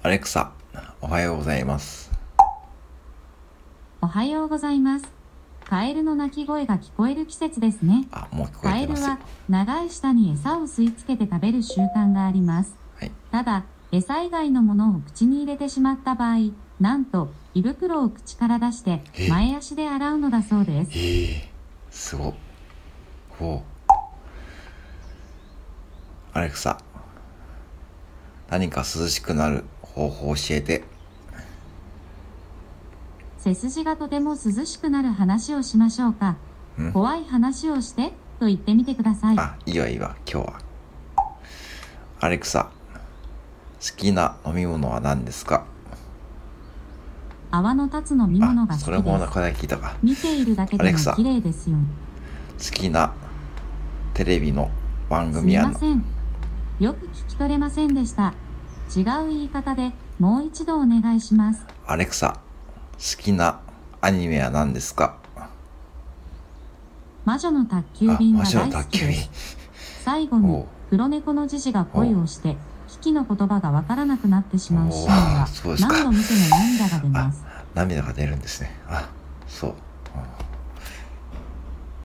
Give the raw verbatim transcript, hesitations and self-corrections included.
アレクサ、おはようございます。 おはようございます。カエルの鳴き声が聞こえる季節ですね。 あ、もう聞こえてますよ。 カエルは長い舌に餌を吸い付けて食べる習慣があります。 はい、 ただ、餌以外のものを口に入れてしまった場合、なんと胃袋を口から出して前足で洗うのだそうです。 えー、すごっ。おう。アレクサ、何か涼しくなる方法を教えて。 背筋がとても涼しくなる話をしましょうか。怖い話をしてと言ってみてください。 あ、いいわいいわ、今日は。アレクサ、好きな飲み物は何ですか？ 泡の立つ飲み物が好きです。 あ、それもこれ聞いたか。 見ているだけでも綺麗ですよ。 好きなテレビの番す組はみません。よく聞き取れませんでした。違う言い方でもう一度お願いします。 アレクサ、好きなアニメは何ですか？ 魔女の宅急便があ、魔女大の宅急便。 好きです。最後に黒猫のジジが恋をしてキキの言葉がわからなくなってしまうシーンはそうですか。 何度見ても涙が出ます。 あ、涙が出るんですね。あ、そう。